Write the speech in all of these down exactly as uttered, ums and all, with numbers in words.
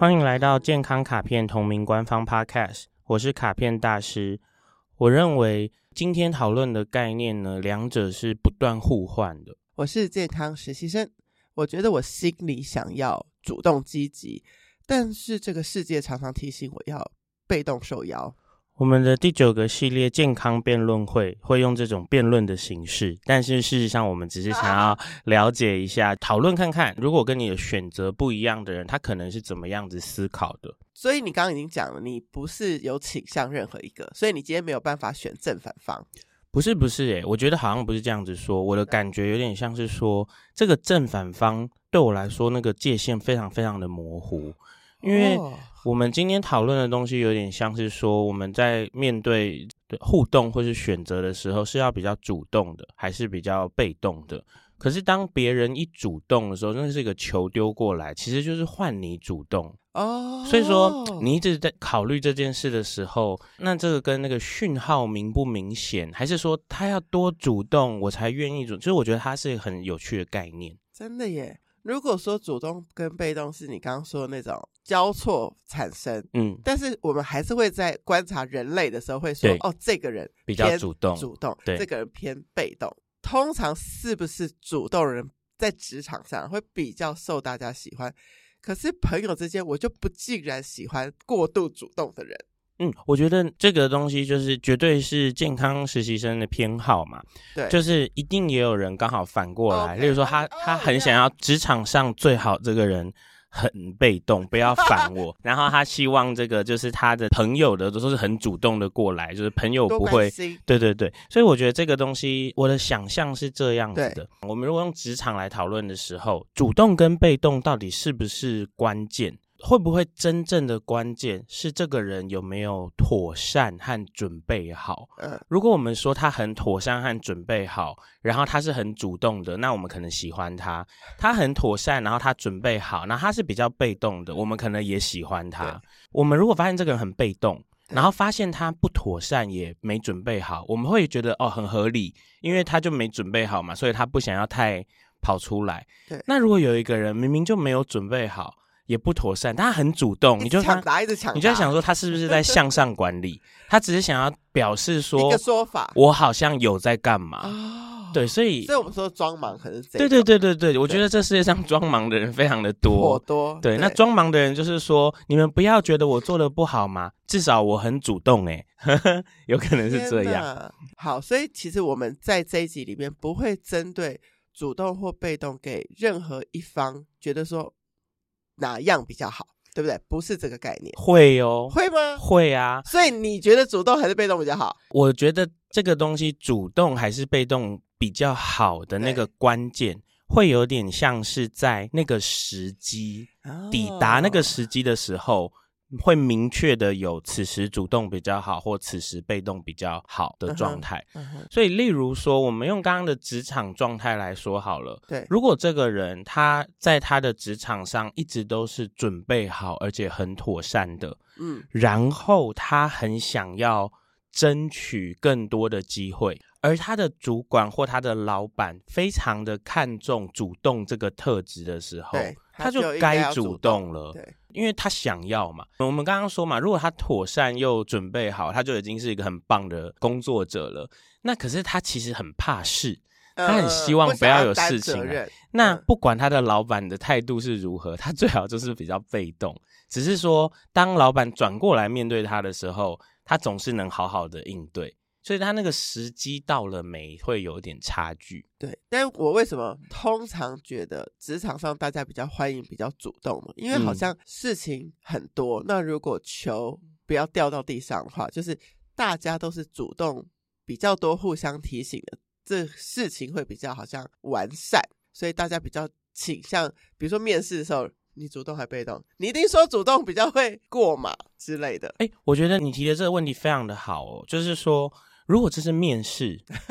欢迎来到健康卡片同名官方 Podcast， 我是卡片大师。我认为今天讨论的概念呢，两者是不断互换的。 我是健康实习生，我觉得我心里想要主动积极，但是这个世界常常提醒我要被动受邀。 我们的第九个系列健康辩论会会用这种辩论的形式，但是事实上我们只是想要了解一下、啊、讨论看看如果跟你的选择不一样的人，他可能是怎么样子思考的。 所以你刚刚已经讲了，你不是有倾向任何一个，所以你今天没有办法选正反方。 不是不是耶，我觉得好像不是这样子说，我的感觉有点像是说这个正反方对我来说那个界限非常非常的模糊，因为我们今天讨论的东西有点像是说我们在面对互动或是选择的时候是要比较主动的还是比较被动的。可是当别人一主动的时候，那是一个球丢过来，其实就是换你主动哦。所以说你一直在考虑这件事的时候，那这个跟那个讯号明不明显，还是说他要多主动我才愿意主动，就是我觉得它是很有趣的概念。 真的耶，如果说主动跟被动是你刚刚说的那种交错产生，嗯，但是我们还是会在观察人类的时候会说，哦，这个人比较主动， 主动，这个人偏被动。通常是不是主动人在职场上会比较受大家喜欢？可是朋友之间，我就不尽然喜欢过度主动的人。 嗯，我觉得这个东西就是绝对是健康实习生的偏好嘛， 对， 就是一定也有人刚好反过来， okay, 例如说他他很想要职场上最好这个人很被动，不要反我然后他希望这个就是他的朋友的都是很主动的过来，就是朋友不会，对对对，所以我觉得这个东西我的想象是这样子的。我们如果用职场来讨论的时候，主动跟被动到底是不是关键，会不会真正的关键是这个人有没有妥善和准备好、嗯、如果我们说他很妥善和准备好，然后他是很主动的，那我们可能喜欢他。他很妥善，然后他准备好，然后他是比较被动的，我们可能也喜欢他。我们如果发现这个人很被动，然后发现他不妥善也没准备好，我们会觉得哦很合理，因为他就没准备好嘛，所以他不想要太跑出来。那如果有一个人明明就没有准备好也不妥善，但他很主动，你就抢答一直抢答， 你就在想说他是不是在向上管理他只是想要表示说一个说法， 我好像有在干嘛、哦、对，所以所以我们说装忙可能是这对对对对对，我觉得这世界上装忙的人非常的多多对, 对， 那装忙的人就是说你们不要觉得我做的不好嘛，至少我很主动耶有可能是这样。 好，所以其实我们在这一集里面不会针对主动或被动给任何一方觉得说哪样比较好，对不对？不是这个概念。 会哦。 会吗？ 会啊。 所以你觉得主动还是被动比较好？ 我觉得这个东西主动还是被动比较好的那个关键会有点像是在那个时机、哦、抵达那个时机的时候会明确的有此时主动比较好或此时被动比较好的状态、嗯嗯、所以例如说我们用刚刚的职场状态来说好了， 对， 如果这个人他在他的职场上一直都是准备好而且很妥善的，嗯，然后他很想要争取更多的机会，而他的主管或他的老板非常的看重主动这个特质的时候，他就该主动了，对，因为他想要嘛。我们刚刚说嘛，如果他妥善又准备好，他就已经是一个很棒的工作者了。那可是他其实很怕事，他很希望不要有事情、啊呃、那不管他的老板的态度是如何，他最好就是比较被动，只是说当老板转过来面对他的时候，他总是能好好的应对，所以他那个时机到了没会有点差距。 对，但我为什么通常觉得职场上大家比较欢迎比较主动呢？因为好像事情很多、嗯、那如果球不要掉到地上的话，就是大家都是主动比较多互相提醒的，这事情会比较好像完善，所以大家比较倾向，比如说面试的时候你主动还被动，你一定说主动比较会过嘛之类的。 诶，我觉得你提的这个问题非常的好哦，就是说如果这是面试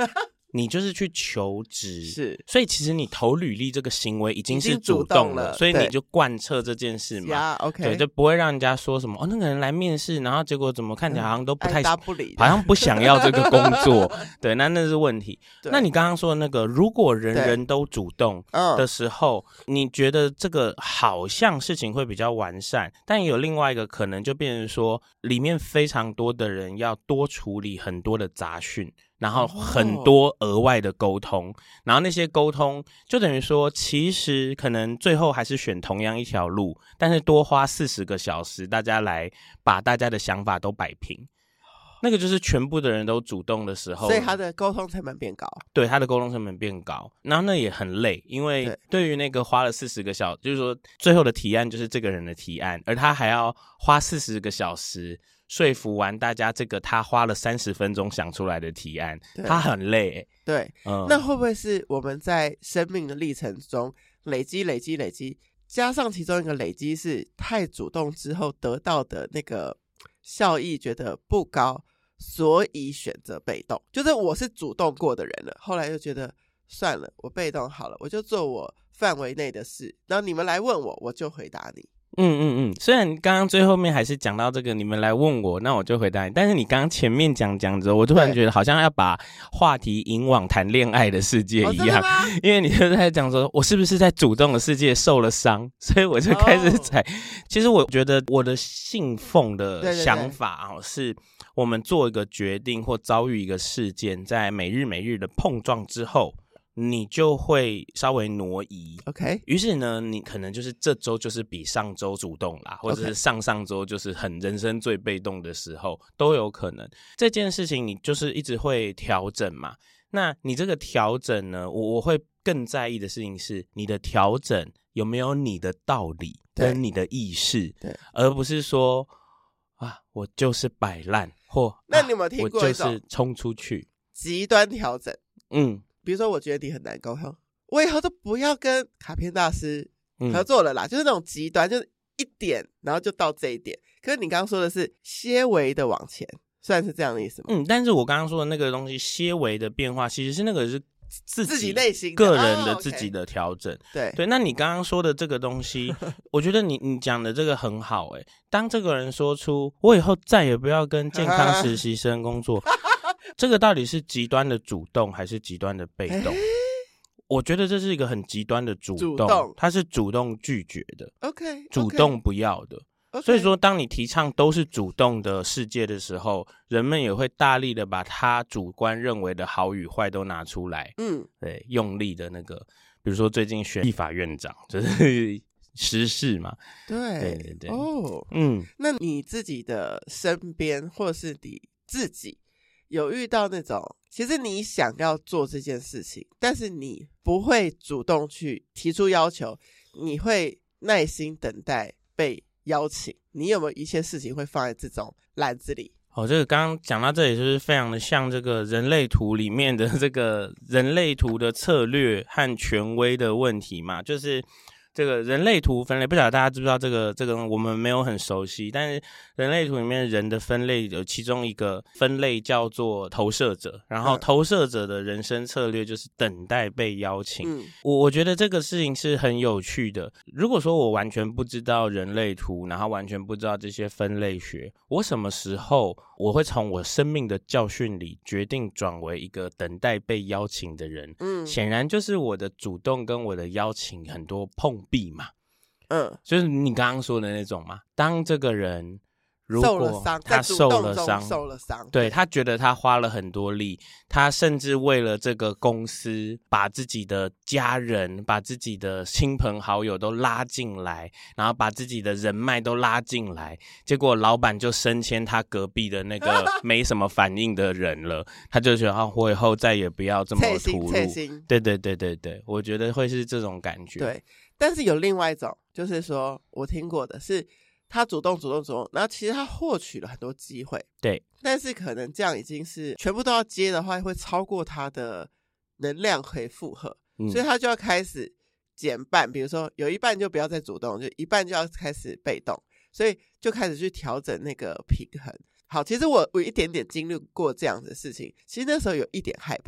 你就是去求职， 是， 所以其实你投履历这个行为已经是主动了， 了所以你就贯彻这件事嘛。 yeah, okay. 对，就不会让人家说什么哦，那个人来面试，然后结果怎么看起来好像都不太， 爱答不理， 好像不想要这个工作。对，那那是问题。那你刚刚说的那个，如果人人都主动的时候，你觉得这个好像事情会比较完善，但有另外一个可能就变成说，里面非常多的人要多处理很多的杂讯。然后很多额外的沟通、哦、然后那些沟通就等于说其实可能最后还是选同样一条路，但是多花四十个小时大家来把大家的想法都摆平，那个就是全部的人都主动的时候， 所以他的沟通成本变高。 对，他的沟通成本变高，然后那也很累，因为对于那个花了四十个小时，就是说最后的提案就是这个人的提案，而他还要花四十个小时说服完大家这个他花了三十分钟想出来的提案，他很累、欸、 对、嗯、那会不会是我们在生命的历程中累积累积累积，加上其中一个累积是太主动之后得到的那个效益觉得不高，所以选择被动，就是我是主动过的人了，后来就觉得算了，我被动好了，我就做我范围内的事，然后你们来问我我就回答你。 嗯嗯嗯，虽然刚刚最后面还是讲到这个你们来问我那我就回答你，但是你刚刚前面讲讲之后，我突然觉得好像要把话题引往谈恋爱的世界一样、哦、因为你就在讲说我是不是在主动的世界受了伤，所以我就开始才、哦、其实我觉得我的信奉的想法、哦、是我们做一个决定或遭遇一个事件，在每日每日的碰撞之后你就会稍微挪移 OK， 于是呢你可能就是这周就是比上周主动啦，或者是上上周就是很人生最被动的时候都有可能，这件事情你就是一直会调整嘛。那你这个调整呢，我我会更在意的事情是你的调整有没有你的道理跟你的意识，对，而不是说啊我就是摆烂或那你有没有听过一种我就是冲出去极端调整？ 嗯， 比如说我觉得你很难沟通，我以后都不要跟卡片大师合作了啦、嗯、就是那种极端，就是一点然后就到这一点。可是你刚刚说的是些微的往前，算是这样的意思吗？ 嗯，但是我刚刚说的那个东西些微的变化其实是那个是自己自己内心个人的自己的调整、哦 okay、对对。那你刚刚说的这个东西我觉得你你讲的这个很好诶、欸、当这个人说出我以后再也不要跟健康实习生工作这个到底是极端的主动还是极端的被动、欸、我觉得这是一个很极端的主动， 主动他是主动拒绝的 OK， 主动不要的、okay、所以说当你提倡都是主动的世界的时候，人们也会大力的把他主观认为的好与坏都拿出来，嗯，对，用力的那个比如说最近选立法院长就是时事嘛， 对对对对哦，嗯，那你自己的身边或是你自己有遇到那种其实你想要做这件事情，但是你不会主动去提出要求，你会耐心等待被邀请，你有没有一些事情会放在这种篮子里？ 哦，这个刚刚讲到这里就是非常的像这个人类图里面的这个人类图的策略和权威的问题嘛，就是这个人类图分类，不晓得大家知不知道这个这个我们没有很熟悉，但是人类图里面人的分类有其中一个分类叫做投射者，然后投射者的人生策略就是等待被邀请、嗯、我我觉得这个事情是很有趣的。如果说我完全不知道人类图，然后完全不知道这些分类学，我什么时候我会从我生命的教训里决定转为一个等待被邀请的人？嗯，显然就是我的主动跟我的邀请很多碰壁嘛，嗯，就是你刚刚说的那种嘛。当这个人如果他受了伤， 受了伤， 对，他觉得他花了很多力，他甚至为了这个公司把自己的家人、把自己的亲朋好友都拉进来，然后把自己的人脉都拉进来，结果老板就升迁他隔壁的那个没什么反应的人了，他就觉得、啊、我以后再也不要这么突兀。对对对对对，我觉得会是这种感觉。 对，但是有另外一种，就是说我听过的是他主动主动主动，然后其实他获取了很多机会， 对， 但是可能这样已经是全部都要接的话，会超过他的能量可以负荷、嗯、所以他就要开始减半，比如说有一半就不要再主动，就一半就要开始被动，所以就开始去调整那个平衡。好，其实我我一点点经历过这样的事情，其实那时候有一点害怕，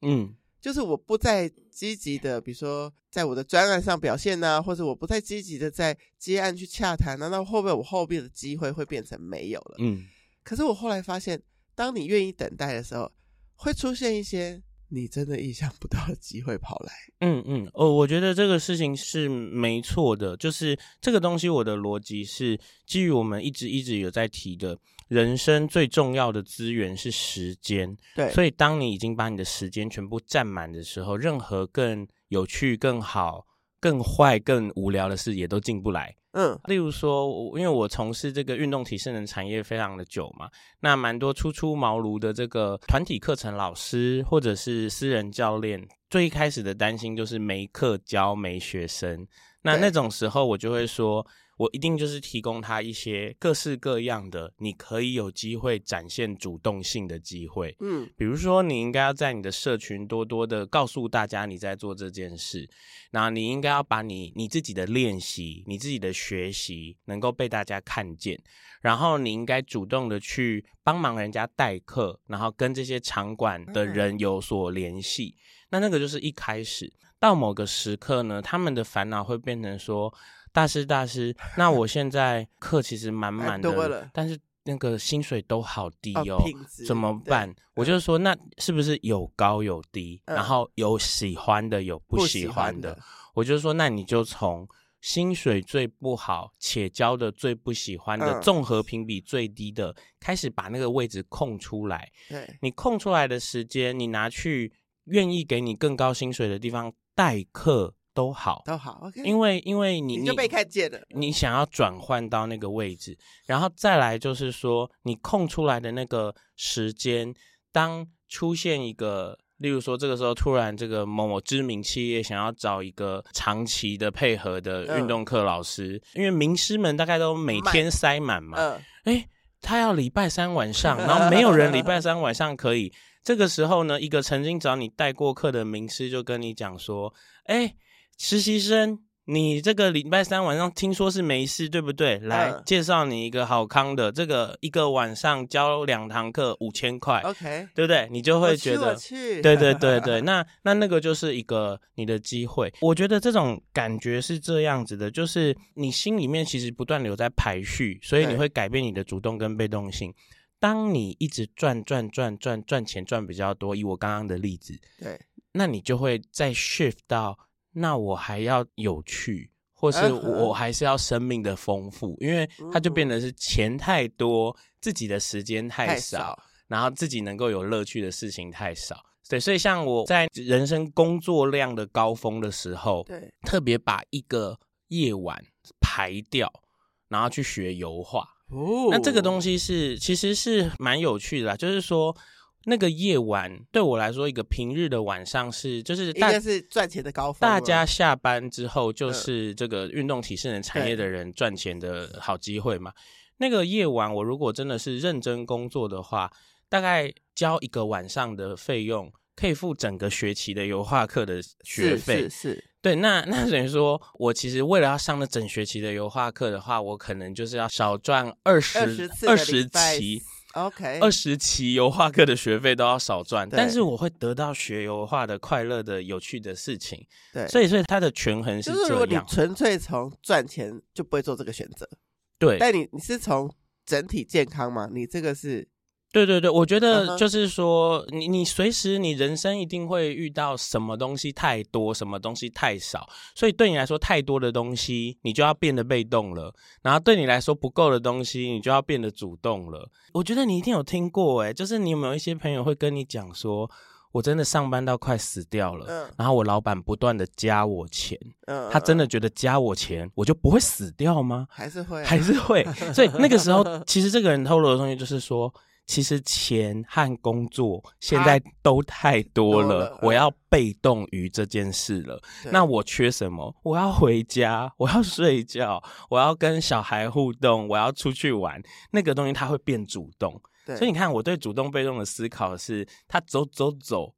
嗯，就是我不再积极的比如说在我的专案上表现啊，或者我不再积极的在接案去洽谈啊，那会不会我后面的机会会变成没有了？嗯，可是我后来发现当你愿意等待的时候，会出现一些你真的意想不到的机会跑来。 嗯嗯，哦，我觉得这个事情是没错的，就是这个东西我的逻辑是基于我们一直一直有在提的，人生最重要的资源是时间。 对， 所以当你已经把你的时间全部占满的时候，任何更有趣、更好、更坏、更无聊的事也都进不来。嗯，例如说因为我从事这个运动体适能产业非常的久嘛，那蛮多初出茅庐的这个团体课程老师或者是私人教练，最一开始的担心就是没课教没学生，那那种时候我就会说我一定就是提供他一些各式各样的你可以有机会展现主动性的机会。嗯，比如说你应该要在你的社群多多的告诉大家你在做这件事，然后你应该要把你你自己的练习你自己的学习能够被大家看见，然后你应该主动的去帮忙人家代课，然后跟这些场馆的人有所联系。那那个就是一开始，到某个时刻呢，他们的烦恼会变成说大师大师，那我现在课其实满满的了，但是那个薪水都好低哦，哦怎么办？我就说那是不是有高有低、嗯、然后有喜欢的有不喜欢的, 不喜欢的我就说那你就从薪水最不好且教的最不喜欢的、嗯、综合评比最低的开始把那个位置空出来。对，你空出来的时间你拿去愿意给你更高薪水的地方代课都好都好 OK， 因为因为你你就被看见了， 你想要转换到那个位置，然后再来就是说你空出来的那个时间，当出现一个例如说这个时候突然这个某某知名企业想要找一个长期的配合的运动课老师、嗯、因为名师们大概都每天塞满嘛，嗯，诶他要礼拜三晚上，然后没有人礼拜三晚上可以这个时候呢，一个曾经找你带过课的名师就跟你讲说，诶实习生你这个礼拜三晚上听说是没事对不对？来、嗯、介绍你一个好康的，这个一个晚上教两堂课五千块 OK 对不对？你就会觉得我去我去对对对对那那那个就是一个你的机会。我觉得这种感觉是这样子的，就是你心里面其实不断的有在排序，所以你会改变你的主动跟被动性。当你一直赚赚赚赚赚钱赚比较多，以我刚刚的例子，对，那你就会再 shift 到那我还要有趣，或是我还是要生命的丰富，因为它就变得是钱太多，自己的时间太 少, 太少然后自己能够有乐趣的事情太少。对，所以像我在人生工作量的高峰的时候，对，特别把一个夜晚排掉，然后去学油画。哦，那这个东西是其实是蛮有趣的啦，就是说那个夜晚对我来说一个平日的晚上是就是应该是赚钱的高峰， 大家下班之后就是这个运动体适能产业的人赚钱的好机会嘛。那个夜晚我如果真的是认真工作的话，大概交一个晚上的费用可以付整个学期的油画课的学费。是是是，对，那那等于说我其实为了要上那整学期的油画课的话，我可能就是要少赚二十二十期 OK 二十期油画课的学费都要少赚，但是我会得到学油画的快乐的有趣的事情。对，所以所以它的权衡是这样， 就是如果你纯粹从赚钱就不会做这个选择。 对， 但你你是从整体健康吗？你这个是对对对，我觉得就是说、uh-huh. 你你随时你人生一定会遇到什么东西太多什么东西太少，所以对你来说太多的东西你就要变得被动了，然后对你来说不够的东西你就要变得主动了。我觉得你一定有听过耶，就是你有没有一些朋友会跟你讲说我真的上班到快死掉了、嗯、然后我老板不断的加我钱、嗯、他真的觉得加我钱我就不会死掉吗？ 还是会、啊、 还是会所以那个时候其实这个人透露的东西就是说其实钱和工作现在都太多了、啊、我要被动于这件事了。那我缺什么？我要回家，我要睡觉，我要跟小孩互动，我要出去玩，那个东西它会变主动。所以你看我对主动被动的思考是他走走走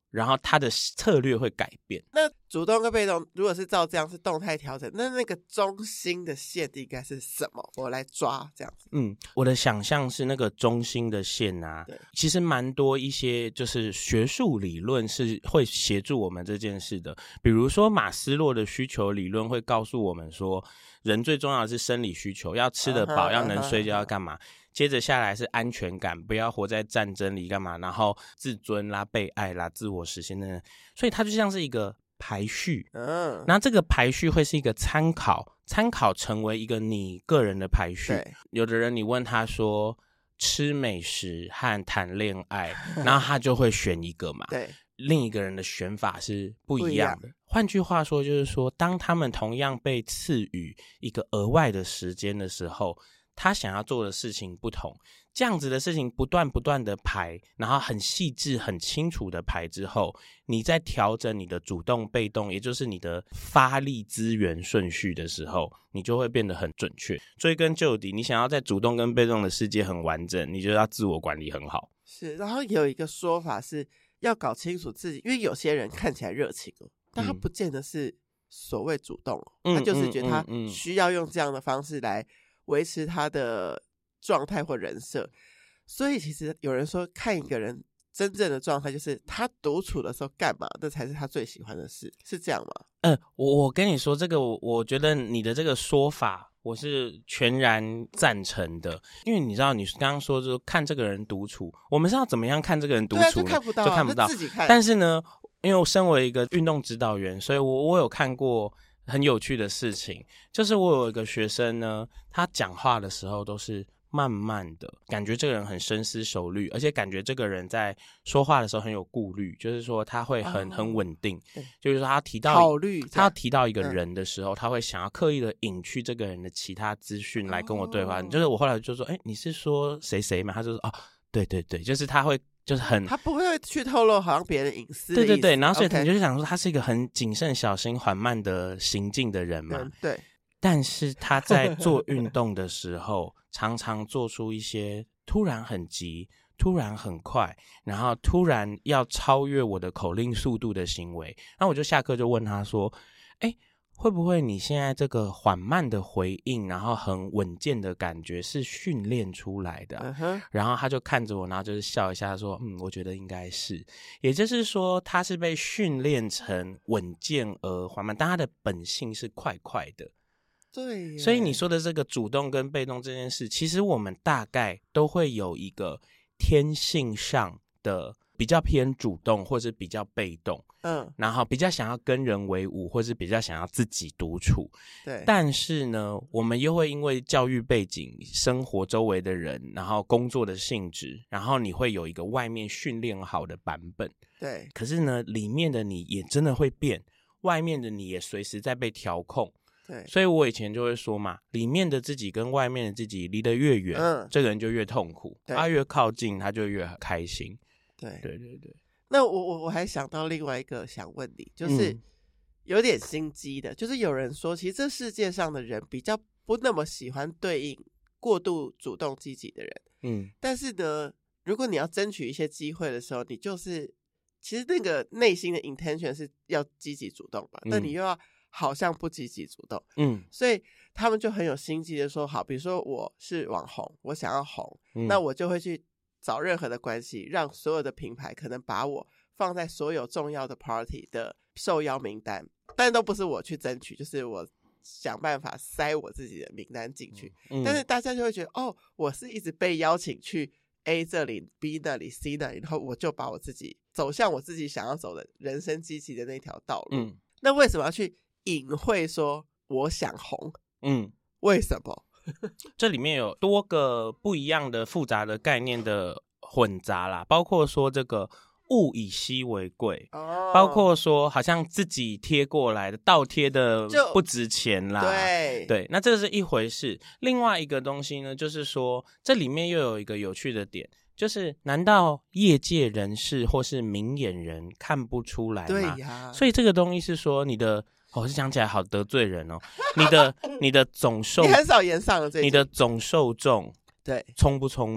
然后他的策略会改变。 那主动跟被动如果是照这样是动态调整，那那个中心的线应该是什么？我来抓这样子。 嗯，我的想象是那个中心的线啊，其实蛮多一些就是学术理论是会协助我们这件事的。比如说马斯洛的需求理论会告诉我们说，人最重要的是生理需求，要吃得饱， uh-huh, 要能睡觉，要干嘛？接着下来是安全感，不要活在战争里干嘛，然后自尊啦、被爱啦、自我实现等等，所以它就像是一个排序，嗯，那这个排序会是一个参考，参考成为一个你个人的排序。有的人你问他说吃美食和谈恋爱，然后他就会选一个嘛，对，另一个人的选法是不一样的。换句话说就是说，当他们同样被赐予一个额外的时间的时候，他想要做的事情不同，这样子的事情不断不断的排，然后很细致很清楚的排之后，你在调整你的主动被动，也就是你的发力资源顺序的时候，你就会变得很准确。追根究底，你想要在主动跟被动的世界很完整，你就要自我管理很好。 是，然后有一个说法是要搞清楚自己，因为有些人看起来热情哦，但他不见得是所谓主动哦，嗯，他就是觉得他需要用这样的方式来维持他的状态或人设。所以其实有人说看一个人真正的状态就是他独处的时候干嘛，这才是他最喜欢的事，是这样吗？ 呃，我我跟你说这个，我我觉得你的这个说法我是全然赞成的。因为你知道你刚刚说就是看这个人独处，我们是要怎么样看这个人独处呢？ 对啊，就看不到、啊、 就看不到， 自己看。 但是呢，因为我身为一个运动指导员，所以我我有看过很有趣的事情，就是我有一个学生呢，他讲话的时候都是慢慢的，感觉这个人很深思熟虑，而且感觉这个人在说话的时候很有顾虑，就是说他会很、哦、很稳定，就是说他提到考虑他要提到一个人的时候、嗯、他会想要刻意的隐去这个人的其他资讯来跟我对话、哦、就是我后来就说哎，你是说谁谁吗？他就说哦对对对，就是他会就是很他不会去透露好像别人隐私的意思， 对对对，然后所以你就想说他是一个很谨慎小心缓慢的行进的人嘛、 嗯、对， 但是他在做运动的时候常常做出一些突然很急突然很快然后突然要超越我的口令速度的行为。然后我就下课就问他说哎，会不会你现在这个缓慢的回应然后很稳健的感觉是训练出来的、啊 uh-huh. 然后他就看着我，然后就是笑一下说嗯，我觉得应该是，也就是说他是被训练成稳健而缓慢，但他的本性是快快的。 对， 所以你说的这个主动跟被动这件事，其实我们大概都会有一个天性上的比较偏主动或是比较被动，嗯，然后比较想要跟人为伍或是比较想要自己独处。 对， 但是呢我们又会因为教育背景生活周围的人然后工作的性质，然后你会有一个外面训练好的版本。 对， 可是呢里面的你也真的会变，外面的你也随时在被调控。 对， 所以我以前就会说嘛，里面的自己跟外面的自己离得越远、嗯、这个人就越痛苦，他越靠近他就越开心。 对对对对。 那我我我还想到另外一个想问你，就是有点心机的、嗯、就是有人说其实这世界上的人比较不那么喜欢对应过度主动积极的人，嗯，但是呢如果你要争取一些机会的时候，你就是其实那个内心的 intention 是要积极主动嘛、嗯、但你又要好像不积极主动，嗯，所以他们就很有心机的说，好，比如说我是网红，我想要红、嗯、那我就会去找任何的关系，让所有的品牌可能把我放在所有重要的 party 的受邀名单，但都不是我去争取，就是我想办法塞我自己的名单进去、嗯、但是大家就会觉得哦，我是一直被邀请去 A 这里 B 那里 C 那里，然后我就把我自己走向我自己想要走的人生积极的那条道路、嗯、那为什么要去隐晦说我想红？嗯，为什么？ 这里面有多个不一样的复杂的概念的混杂啦，包括说这个物以稀为贵、哦、包括说好像自己贴过来的倒贴的不值钱啦， 对对，那这是一回事。另外一个东西呢，就是说这里面又有一个有趣的点，就是难道业界人士或是明眼人看不出来吗？ 对呀， 所以这个东西是说你的我、哦、是讲起来好得罪人哦。你的你的总受你很少言上了这你的总受众对聪不聪明？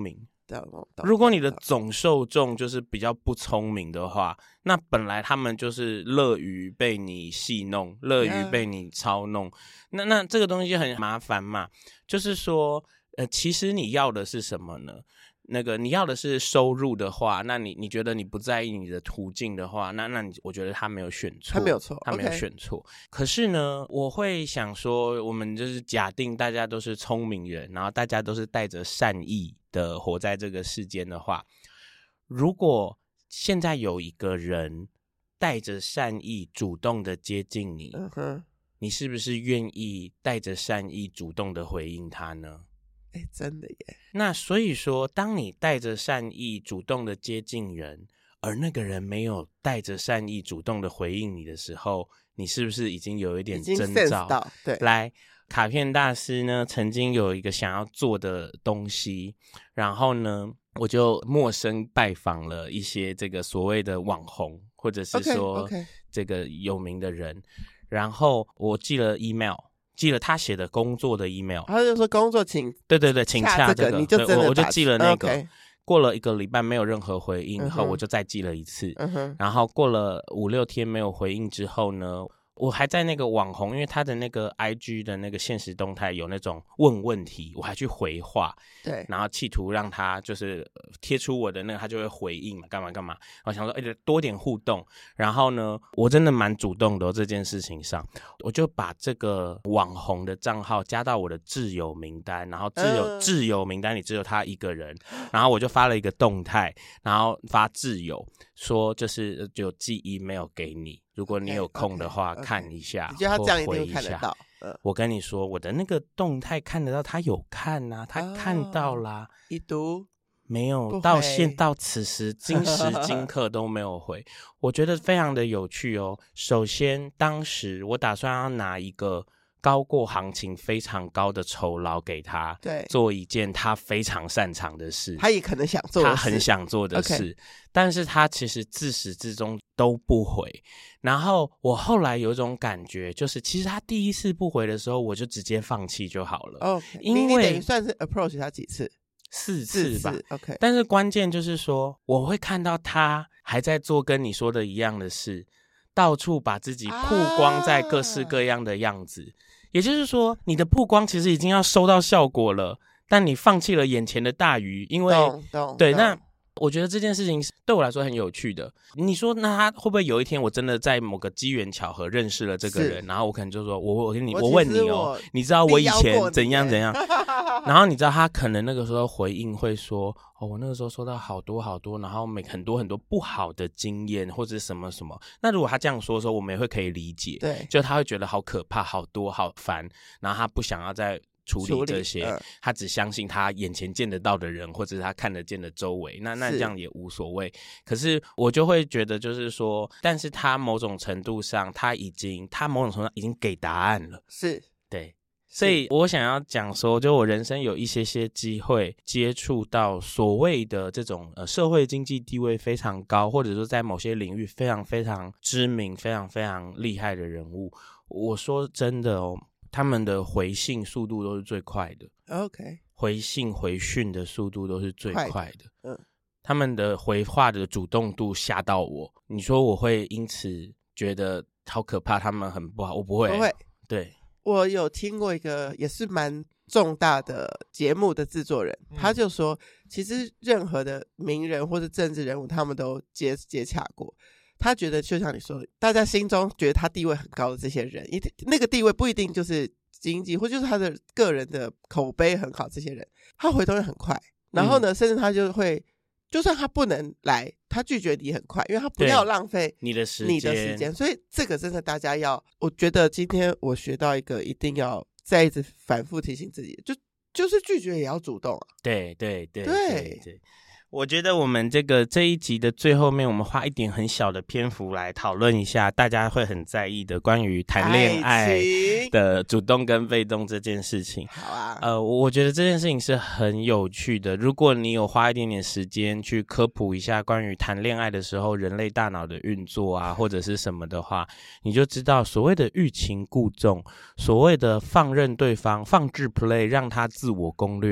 如果你的总受众就是比较不聪明的话，那本来他们就是乐于被你戏弄，乐于被你操弄， yeah. 那那这个东西很麻烦嘛。就是说呃，其实你要的是什么呢？那个你要的是收入的话，那你你觉得你不在意你的途径的话，那那你我觉得他没有选错， 他没有错， 他没有选错。Okay. 可是呢，我会想说，我们就是假定大家都是聪明人，然后大家都是带着善意的活在这个世间的话，如果现在有一个人带着善意主动的接近你， uh-huh. 你是不是愿意带着善意主动的回应他呢？ 哎，真的耶。 那所以说，当你带着善意主动的接近人，而那个人没有带着善意主动的回应你的时候，你是不是已经有一点征兆？ 对， 来，卡片大师呢曾经有一个想要做的东西，然后呢我就陌生拜访了一些这个所谓的网红，或者是说 okay, okay. 这个有名的人，然后我寄了 email，寄了他写的工作的 email， 他就说工作请对对对，请洽这个， 你就真的我, 我就寄了那个、 okay. 过了一个礼拜没有任何回应后、嗯、我就再寄了一次、嗯、然后过了五六天没有回应之后呢，我还在那个网红，因为他的那个 I G 的那个限时动态有那种问问题，我还去回话， 对， 然后企图让他就是贴出我的那个，他就会回应嘛，干嘛干嘛。我想说，哎、欸，多点互动。然后呢，我真的蛮主动的、哦、这件事情上，我就把这个网红的账号加到我的挚友名单，然后挚友、呃、挚友名单里只有他一个人，然后我就发了一个动态，然后发挚友说，就是就寄 email 给你。如果你有空的话 okay, okay, 看一下， 你觉得他这样一定会看得到、 呃、我跟你说我的那个动态看得到，他有看啊，他看到啦、哦、 已读没有，到现到此时今时今刻都没有回我觉得非常的有趣哦。首先当时我打算要拿一个高过行情非常高的酬劳给他， 对， 做一件他非常擅长的事， 他也可能想做的事， 他很想做的事、okay. 但是他其实自始至终都不回。然后我后来有一种感觉，就是其实他第一次不回的时候我就直接放弃就好了、 okay. 因为你等于算是 approach 他几次？ 四次吧。 四次 OK。 但是关键就是说我会看到他还在做跟你说的一样的事，到处把自己曝光在各式各样的样子、啊、也就是说你的曝光其实已经要收到效果了，但你放弃了眼前的大鱼，因为对，那我觉得这件事情对我来说很有趣的。你说那他会不会有一天我真的在某个机缘巧合认识了这个人，然后我可能就说我我跟你 我, 我问你哦，你知道我以前怎样怎样然后你知道他可能那个时候回应会说哦，我那个时候收到好多好多，然后每很多很多不好的经验或者什么什么。那如果他这样说的时候我们也会可以理解， 对， 就他会觉得好可怕好多好烦，然后他不想要再处理这些、呃、他只相信他眼前见得到的人或者是他看得见的周围，那那这样也无所谓。可是我就会觉得就是说，但是他某种程度上他已经他某种程度上已经给答案了， 是对。所以我想要讲说，就我人生有一些些机会接触到所谓的这种呃社会经济地位非常高，或者说在某些领域非常非常知名非常非常厉害的人物，我说真的哦，他们的回信速度都是最快的 OK， 回信回讯的速度都是最快的， 嗯， 他们的回话的主动度吓到我。你说我会因此觉得好可怕他们很不好？我不会， 不会。 对， 我有听过一个也是蛮重大的节目的制作人、嗯、他就说其实任何的名人或是政治人物他们都接接洽过，他觉得就像你说大家心中觉得他地位很高的这些人，那个地位不一定就是经济或就是他的个人的口碑很好，这些人他回头会很快，然后呢、嗯、甚至他就会就算他不能来他拒绝你很快，因为他不要浪费你的时间你的时间，所以这个真的大家要，我觉得今天我学到一个一定要再一直反复提醒自己，就就是拒绝也要主动啊。 对对对对对, 对，我觉得我们这个这一集的最后面我们花一点很小的篇幅来讨论一下大家会很在意的关于谈恋爱的主动跟被动这件事情。 好啊， 呃，我觉得这件事情是很有趣的，如果你有花一点点时间去科普一下关于谈恋爱的时候人类大脑的运作啊或者是什么的话，你就知道所谓的欲擒故纵，所谓的放任对方放置 play 让他自我攻略，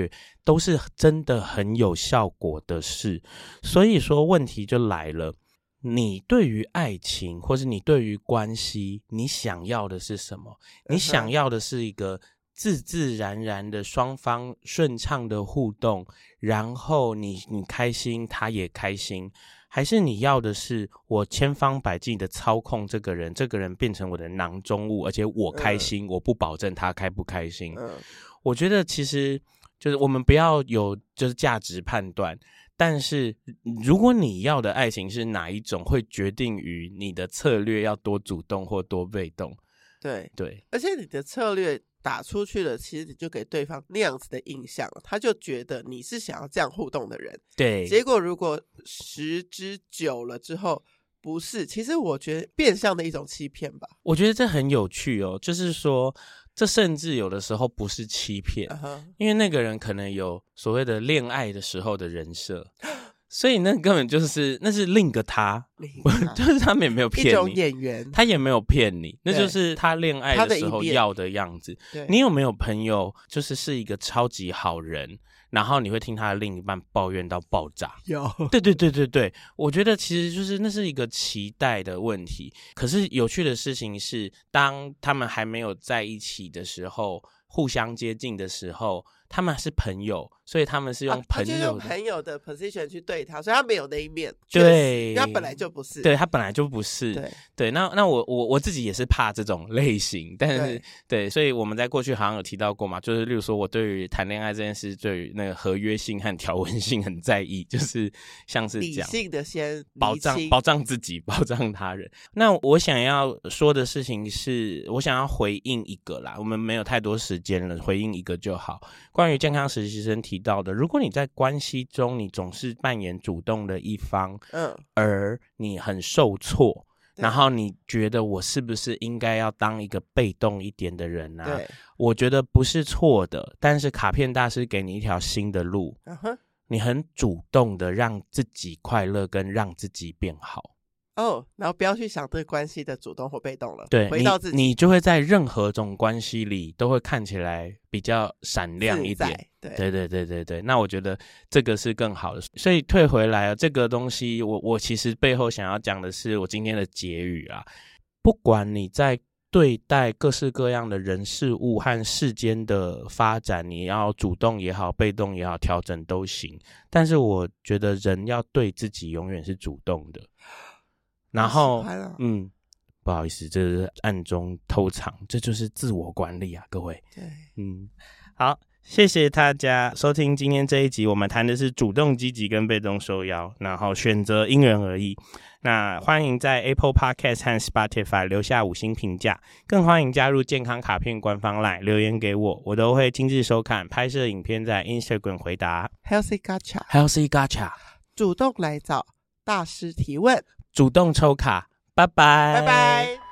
都是真的很有效果的事。所以说问题就来了，你对于爱情或是你对于关系，你想要的是什么？你想要的是一个自自然然的双方顺畅的互动，然后你你开心他也开心，还是你要的是我千方百计的操控这个人，这个人变成我的囊中物，而且我开心、嗯、我不保证他开不开心、嗯、我觉得其实就是我们不要有就是价值判断，但是如果你要的爱情是哪一种，会决定于你的策略要多主动或多被动。 对对， 而且你的策略打出去了，其实你就给对方那样子的印象，他就觉得你是想要这样互动的人。 对， 结果如果时之久了之后不是，其实我觉得变相的一种欺骗吧。 我觉得这很有趣哦，就是说这甚至有的时候不是欺骗、uh-huh. 因为那个人可能有所谓的恋爱的时候的人设所以那根本就是那是另一个他，就是他们也没有骗你， 一种演员， 他也没有骗你，那就是他恋爱的时候要的样子。你有没有朋友就是是一个超级好人，然后你会听他的另一半抱怨到爆炸？ 有， 对对对对对，我觉得其实就是那是一个期待的问题。可是有趣的事情是，当他们还没有在一起的时候，互相接近的时候，他们是朋友，所以他们是用朋友的、啊、他就用朋友的 position 去对他，所以他没有那一面。 对， 因为他本来就不是。 对，他本来就不是。 对对，那那我我我自己也是怕这种类型，但是 对, 对，所以我们在过去好像有提到过嘛，就是例如说我对于谈恋爱这件事，对于那个合约性和条文性很在意，就是像是这样理性的先保障保障自己，保障他人。那我想要说的事情是，我想要回应一个啦，我们没有太多时间了，回应一个就好。关于健康实习生提到的，如果你在关系中你总是扮演主动的一方，嗯，而你很受挫，然后你觉得我是不是应该要当一个被动一点的人啊？对，我觉得不是错的，但是卡片大师给你一条新的路，嗯哼，你很主动的让自己快乐跟让自己变好。 哦，然后不要去想对关系的主动或被动了， 对， 回到自己， 你, 你就会在任何种关系里都会看起来比较闪亮一点。 对对对对对对，那我觉得这个是更好的。所以退回来这个东西，我我其实背后想要讲的是我今天的结语啊。不管你在对待各式各样的人事物和世间的发展，你要主动也好，被动也好，调整都行。但是我觉得人要对自己永远是主动的。然后嗯，不好意思，这是暗中偷藏，这就是自我管理啊，各位。 对， 嗯，好，谢谢大家收听今天这一集，我们谈的是主动积极跟被动受邀，然后选择因人而异。那欢迎在 Apple Podcast 和 Spotify 留下五星评价，更欢迎加入健康卡片官方 LINE 留言给我，我都会亲自收看，拍摄影片在 Instagram 回答。 Healthy Gacha Healthy Gacha 主动来找大师提问， 主动抽卡，拜拜拜拜。